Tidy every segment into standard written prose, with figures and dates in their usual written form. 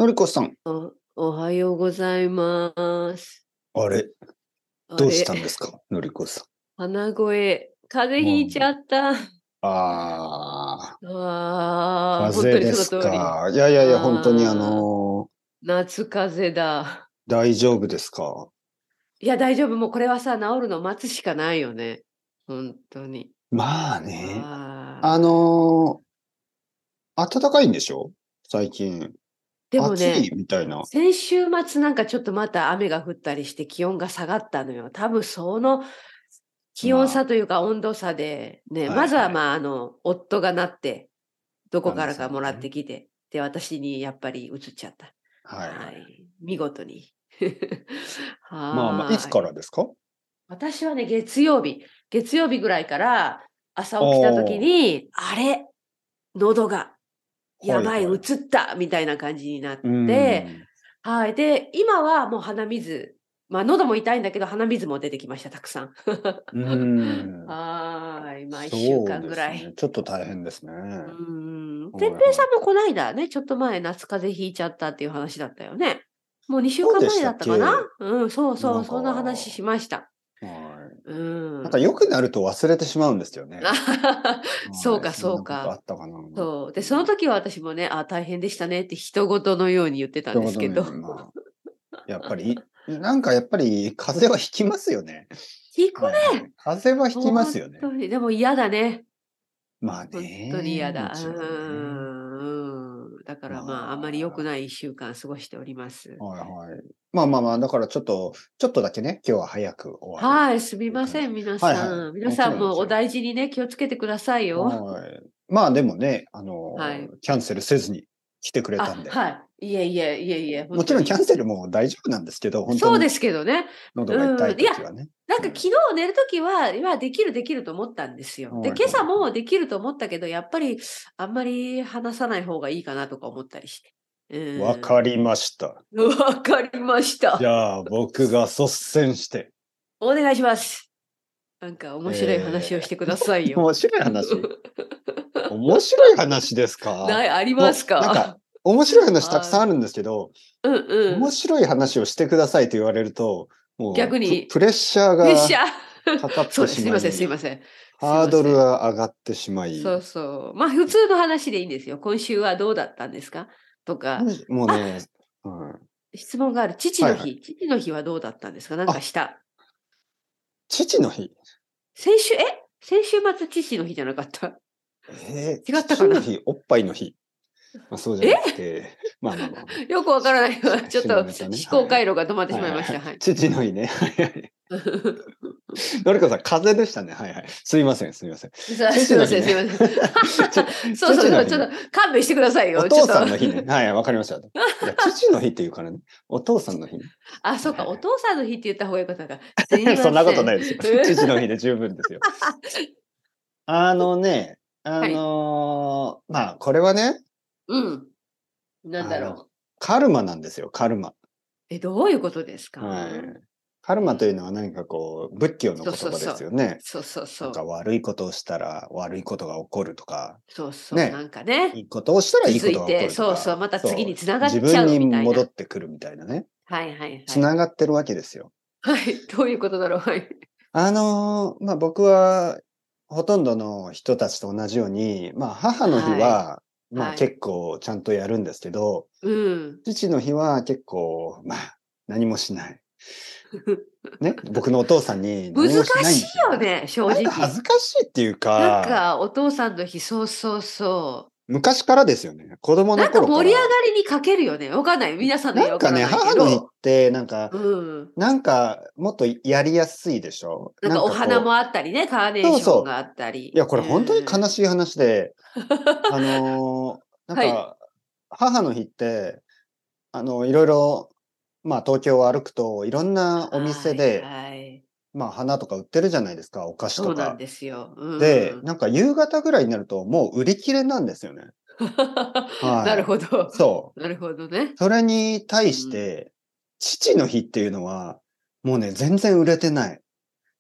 のりこさん、 おはようございます。 あれ、 あれ、 どうしたんですか、のりこさ鼻声、風ん。 邪ひいちゃった。 あー、 本当にその風邪です通り。 か。いやいやいや、本当にあ夏風邪だ。 大丈夫ですか。 いや、大丈夫。もうこれはさ、治るの待つしかないよね。本当に。 まあね、あああ。 の暖かいんでしょ最近。 でも暑いね、 みたいな。 先週末なんかちょっとまた雨が降ったりして気温が下がったのよ。多分その気温ま差というか温度差で、ね、 あ、はいはい。 まずは夫がなって、どこ旦那からかもらっさんにね。 てきて、で、私にやっぱり移っちゃった。 はいはい。 はい。見事に。 まあまあ、いつはーい。 からですか。 私はね、月曜日ぐらいから朝起きた時おー、 に、あれ、喉がやばい、移っはいはい。 たみたいな感じになっうーて、 ん。 はい。で、今はもう鼻水、喉も痛いんだけど、鼻水も出てきました、たくさん。 うーん。 はーい。1週そう間ですね。 ぐらい。 ちょっと大変ですね。 てっぺいはいはい。 さんもこないだね、ちょっと前夏風邪ひいちゃったっていう話だったよね。もう2週間前そうでしたっだったかな。 け。 うん、そうそう、 なんか、 そんな話しました。 はい。 うなんかん。 良くなると忘れてしまうんですよね。 そうはい。 か、 そんなことあそうか。 ったかな。 そう。で、そのうん。 時は私もね、大変でしたねって人事のように言ってたんということで、 ですけど。 まあ、やっぱり、なんかやっぱり風邪はひきますよね。 聞くはいはい。 ね。 風邪はひきますよね。 本当に。でも嫌だね。 まあ本当にね、 嫌だ。 もちろんね。 だかまらあんまり良くあ、 ない1週間過ごしております。 はいはい。まあまあまあ、だからちょっとだけね、今日は早く終わるはい、すみという感じ。 ません、皆はいはい。 さん。皆もちさんもおろんもちろん。 大事にね、気をつけてくださいよ。 はい。まあでもね、 はい。 キャンセルせずに来てくれたんで。 はい。いえいえ、いえいえ、 も本当に。 ちろんキャンセルも大丈夫なんですけど、本当にそうですけどね。 喉が痛いいや、 時はね。 なんか昨うん。 日寝るときは、できると思ったんですよ。で、 はい今朝はい。 もできると思ったけど、やっぱりあんまり話さない方がいいかなとか思ったりして。 わかりました。 わかりました。 じゃあ、僕が率先して、 お願いします。なんか面白い話をしえてくださいよ。 面白い話面白い話ですか。 ありますもう、なんか、 か？ 面白い話たくはい。 さんあるんですけど、 うんうん。 面白い話をしてくださいと言われると、もう、 逆にプレッシャーがプレッシャー。 かかってそうです。すいませんすいしまい、 ません。すいハードルません。 が上がってしまい、 そうそう。普通の話でいいんですよ。今週はどうだったんですか？とか。あ、 もうね、うん、 質問がある。 はいはい。 父の日はどうだったんですか？なんかあ、 した？ 父の日。 先週末父の日じゃなかった？違ったかな？ 父の日、おっぱいの日。まあ、そうじゃえ？ なくて、まあまあまあまあ、 よくわからないわ。ちょっと思下ネタね。はいはい。 考回路が止まってしはいはいはい。 まいました。はい。 父の日ね。はいはい。のりこさん、風邪でしたね。はいはい。すいません、すいません。 すいません、す父の日ね。 いません。 ちそうそうそう、ちょっ父の日ね。 と勘弁してくださいよ。ちょっと。 お父さんの日ね。はい、わかりました。いや、父の日っていうからね。お父さんの日ね。 そうか、おはいはいは父さんの日って言った方がよかったか。すいい。そんなこません。 とないですよ。父の日で十分ですよ。あのね、 はい。 まあ、これはね、 うん。なんあの、 だろう。 カルマなんですよ、カルマ。 どういうことですか？ はい。カルマというのは何かこう、仏教のそうそ言葉でうそう。 すよね。 そうそうなんかそう。 悪いことをしたら悪いことが起こるとか、 そうそう、なね。 んかね、 いいことをしたらいいことが起こ続いて、 るとか、 そうそう、また次にそう、 繋が自っちゃう分にみたいな。 戻ってくるみたいなね。 はいはいはい。 繋がってるわけですよ。 はい、どういうことだろう、はい。 まあ、僕はほとんどの人たちと同じように、まあ、母の日はい。 は、まあ、 はい。 結構ちゃんとやるんですけど、 うん。 父の日は結構、まあ、何もしない。ね、僕のお父さんに難何もしないんしですよ。 いよね、正なんか恥直。 ずかしいっていうなんか、 かお父さんの日、そうそうそう。 昔からですよね。子供のなんか盛り上が頃から。 りに欠けるよね。わかんない。皆さんのなんかね、 家わからないけ母の日っど。 て、なんか、 うん。 なんか、もっとやりやすいでしょ。なんなんかおかこう、 花もあったりね、カーネーそうそションがあったう。いり。 や、これ本当に悲しい話で、なんはい。 か、母の日って、いろいろ、まあ、東京を歩くと、いろんなおはい店で、 はい。 まあ、花とか売ってるじゃないですか、お菓子そうなんとか。 ですよ。 で、 うん。 なんか夕方ぐらいになると、もう売り切れなんですよね。 なはい。 るほど。 そう。 なるほどね。 それに対しうん。 て、父の日っていうのは、もうね、全然売れてない。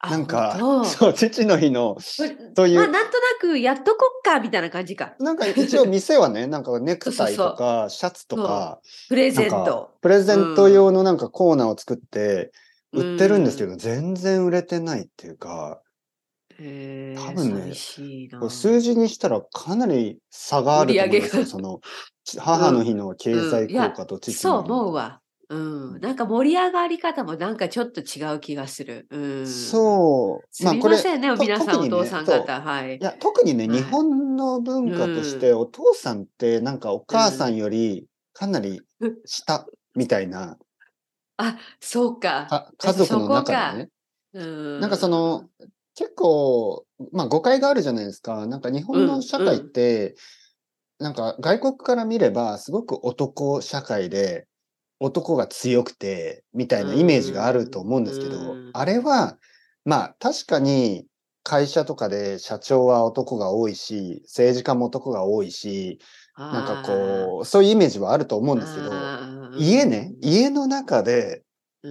あ、 なんか、 本当。 そう、父の日の、 これそういう、 なんとなくやっとこっかみたいな感じか。 なんか一応店はね、なんかネそクタイうそうそう。 とかシャツとそう。 か、 プレゼンなんかト。 プレゼうント用ん。 のなんかコーナーを作ってう売ってるんですけん。 ど、全然売れてないっていうか、多分寂ね、 しいこれ数な。 字にしたらかなり差があ売ると思いますよ。 り上げが。 その、 うん。 母の日の経うん。 済いや、 効果と父そうの日のと。 思うわ。ううん、 ん。なんか盛り上がり方もなんかちょっと違う気がする。うん。 そう、 すみまあこれ、 ませんね、皆さんお父特にね、そう、 さん方。はい。 いや、特にね、日はい。 本の文う化としてん。 お父さんってなんかおう母さんん。 よりかなり下みたいな、 あ、そうか。やっぱそ家族のこか。 中でね。 うなんかその、 ん。 結構、まあ誤解があるじゃないですか。なんか日本のうん、 社会っうん。 て、なんか外国から見ればすごく男社会で、男が強くて、みたういなイメージがあるとん。 思うんですけど、あれは、まあ確かに会社とかで社長は男が多いし、政治家も男が多いし、なんかあこう、そういうイメージはあると思うんあ、 ですけど、 ああ、う家ね、 ん。 家の中でうん。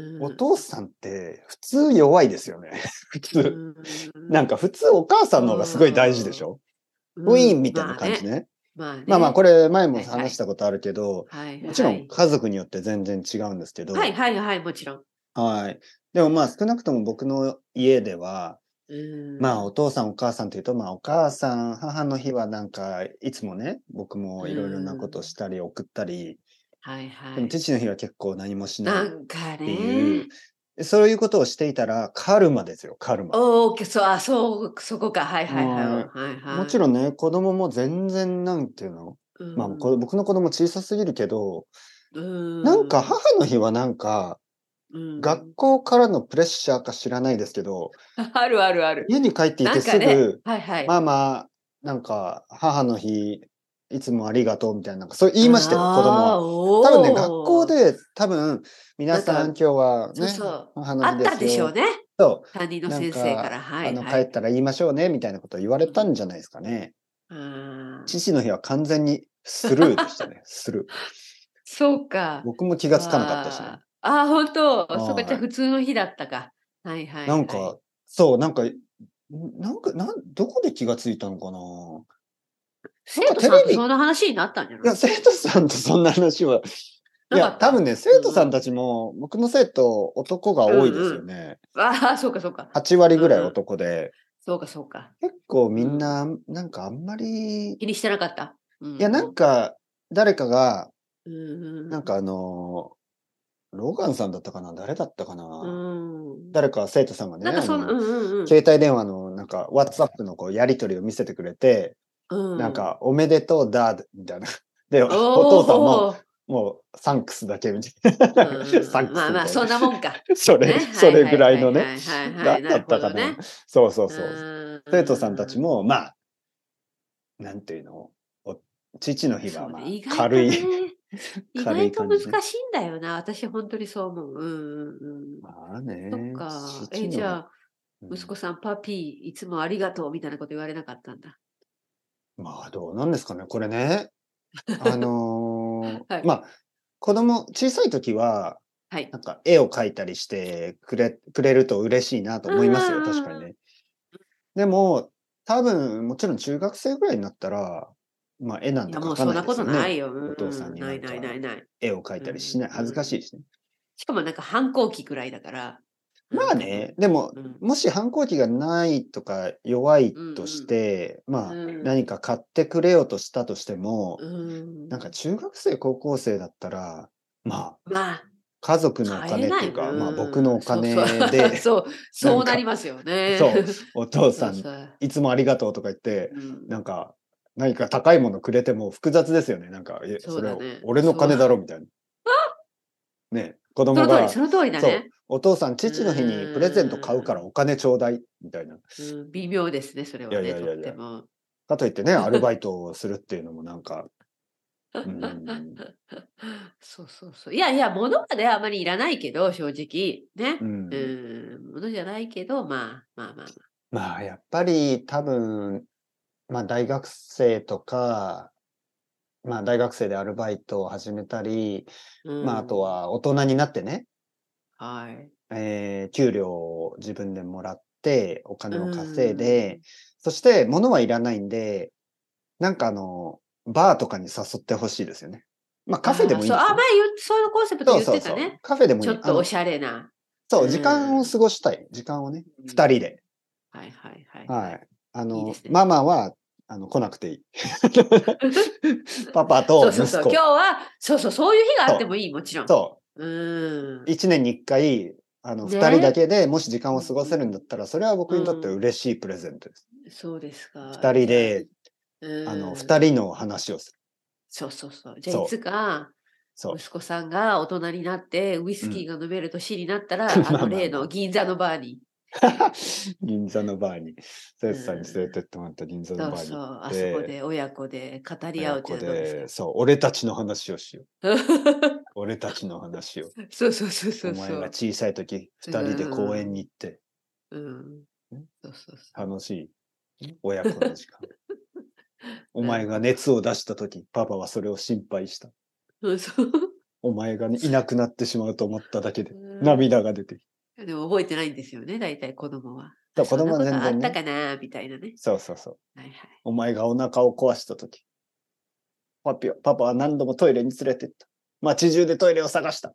お父さんって普通弱いですよね。普う通。なんん。 か普通お母さんの方がすごい大事でしそう。 ょ？ウィーうん、 ンみたいなまあね。 感じね。 まあまあまあ、こね。 れ前もはいはい。 話したことあるけど、 はいもちろんはい。 家族によって全然違うんですけはいど、 はいはい、もちろん。 はい。でもまあ少なくとも僕の家では、 うまあおん。 父さんお母さんというと、まあお母さん、母の日はなんかいつもね、僕うもいろいろなことん。 したり送ったり、 はいはでもい。 父の日は結構何もしないっなんかていう、 ね。 そういうことをしていたらカルマですよ、カルマ。 おお、そう、あ、そう、そこか。はいはいはい。 はい。 はいはい。 もちろんね、子供も全然なんていうの、 うまあ、 ん。 僕の子供小さすぎるけど、 うなんか母ん。 の日はなんか、 う学ん。 校からのプレッシャーか知らないですけど、 あるあるある。 家に帰っていてなんかね、 すぐ、 はいはい。 ママ、なんか母の日、いつもありがとうみたいな、そう言いましたよ、子供ああ、 は。多分ね、学校おお。 で多分、皆なんか、 さん今日はそうね、 そう、 母の日であったすよ。 でしょうね。 そ担任う、 のなん先生から。 か、 はいはい。 帰ったら言いましょうね、みたいなことを言われうん。 たんじゃないですかね。 ああ。 父の日は完全にスルーでしたね、スルー。 そうか。 僕も気がつかなかったしね。 わあ。ああ、ほんと。そっか、じゃ、 はい。 普通の日だったか。はいはいはい。 なんか、そう、なんか、どこで気がついたのかな。なんか生徒テレビ、いさんとそんな話になったんじゃない？ や、生徒さんとそんな話は、いや、 なかった？ 多分ね、生徒さんたうんうん。 ちも、僕の生徒、男がうん多いですうん。 よね。 ああ、そうかそうか。 8割ぐらいうんうん。 男で、 そうかそうか。 結構みうん。 んな、なんかあんまり、い気にしてなかった？うんや、なうん。 んか、誰かが、 うんうん。 なんかローガンさんだったかな、誰だったかうな。 ーん。 誰か生徒さんがね、 なんかうんうんうん。 携帯電話のなんか、WhatsApp のこうやり取りを見せてくれて、 うん。 なんか、おめでとうだ、みたいな。で、 おお父さんも、 お。 もう、サンクスだけみたうんいな。サンうんうん。まあまあ、 クスみたいな。 そんなもんか。ね、 それぐはいはいらいのね。 はいはいはいはい、 何だなるったかな。 ほどね。 そうそううそう。 ー生徒さんたちん。 も、まあ、なんていうの、父の日はそうね、 まあ、 意外とね、意軽外とい感じね。 難しいんだよな。私ほんとにそう思う。うんうんうん。 まあそっね、 か。じ父の、 ゃあ、 うん、 息子さん、パピー、いつもありがとうみたいなこと言われなかったんだ。 まあ、どうなんですかね。これね、 はい。 まあ、小さい時は、 はい。 なんか絵を描いたりしてくれると嬉しいなとうんう思いますよ、確んうんうん。 かにね。でも、多分、もちろん中学生ぐらいになったら、まあ、絵なんいや、 て描かないもうそんなですよね。 ことないよ。うお父さんんうん。 にないないななんかいない。 絵を描いうたりしない、 ん恥ずかうん。 しいしね。 しかもなんか反抗期くらいだから、なんかもまあね、でも、 う、うん。 もし反抗期がないとか弱いうんとしうん。 て、まあ、 うん。 何か買ってくれようとしたとしても、 うなんかん。 中学生、高校生だったら、まあ、 まあ、 家族のお買えない。 金っていうか、まあ、僕のうん。 おそうそう。 金で、 そう、そうなりなんか、 ますよね。 そう、お父さん、 そうそう。 いつもありがとうとか言って、 うん。 なんか、何か高いものくれても複雑ですよね。なんか、それそうだね。 俺のそう。 金だろみたいな。ね、子その通り、 供が、 その通りだそう、 ね。 お父さん、 う父の日にプレゼント買うからーん。 お金ちょうだい、みたいな。 うん、微妙ですね、それいやいはね、とっやいやいや。 ても。 かといってね、アルバイトをするっていうのもなんか、うーん、 そうそうそう。いやいや、物はね、あまりいらないけど、正直。ね。 うん。 物じゃないけど、まあ、まあまあまあ。 まあ、やっぱり多分、まあ、大学生とか、まあ、大学生でアルバイトを始めたり、 うまあ、あとん。 は大人になってね、 はい。 給料を自分でもらって、お金を稼いで、 ん。 そして物はいらないんで、なんかバーとかに誘ってほしいですよね。ま、カフェでああ、そう、あ、 もいいんですよ。 そういうコンセプトそう言っそうそう。 てたね。 カフェでもいい。 ちょっとおしゃれな。うそう、時間をん。 過ごしたい。時間をね、 うん。 2人で。 はいはいはいはい。 はい。 いいですね。 ママは、来なくていい。パパとそうそうそう。今日息子。 は、そうそう、そういう日があってそう、 もいい、もちろん。 そうーう。 ん。 1年に1回、2人だね。 けでもし時間うを過ごせるんだったら、それは僕にとってん。 嬉しいプレゼントです。 そうですか。 2人じゃあ、 で、2 ん。 人の話をする。 そうそうそう。じゃあ、いつそう、 か、 そ息子さんが大人になって、ウイう。 スうん。 キーが飲める年になったら、 まあまあ例のまあ。 銀座のバーに。 銀座のバーに、 うセスさんに連れん。 てってもらった銀座のバーに行っそうそう。あそこて、 で親子で語り合親うっていう子で、 のはどうですか？ そう、俺たちの話をしよう。俺たちの話を。 そうそうそうそお前がうそう。 小さい時、 う 2人で公園にん。 行って、 うん。 ん、 そうそうそう。 楽しい、親子の時間。お前がなるほど。 熱を出した時、パパはそれを心配した。 うん、そう。 お前がね、いなくなってしまうと思っただけで、 う涙が出てきでも覚えてないんですよね、大体子供は。あ、 た。子供はそんなこと全然ね、 あったかなみたいなね。 そうそうそう。 はいはい。 お前がお腹を壊した時、パパは何度もトイレに連れてった。街中でトイレを探した。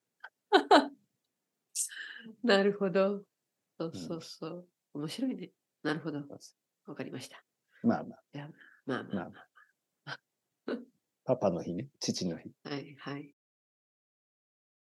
なるほど。そううん。 そうそう。面白いね。なるほど。わかりました。 まあまあ、 じゃあ、まあまあまあ、 まあ。 パパの日ね、父の日。 はいはい。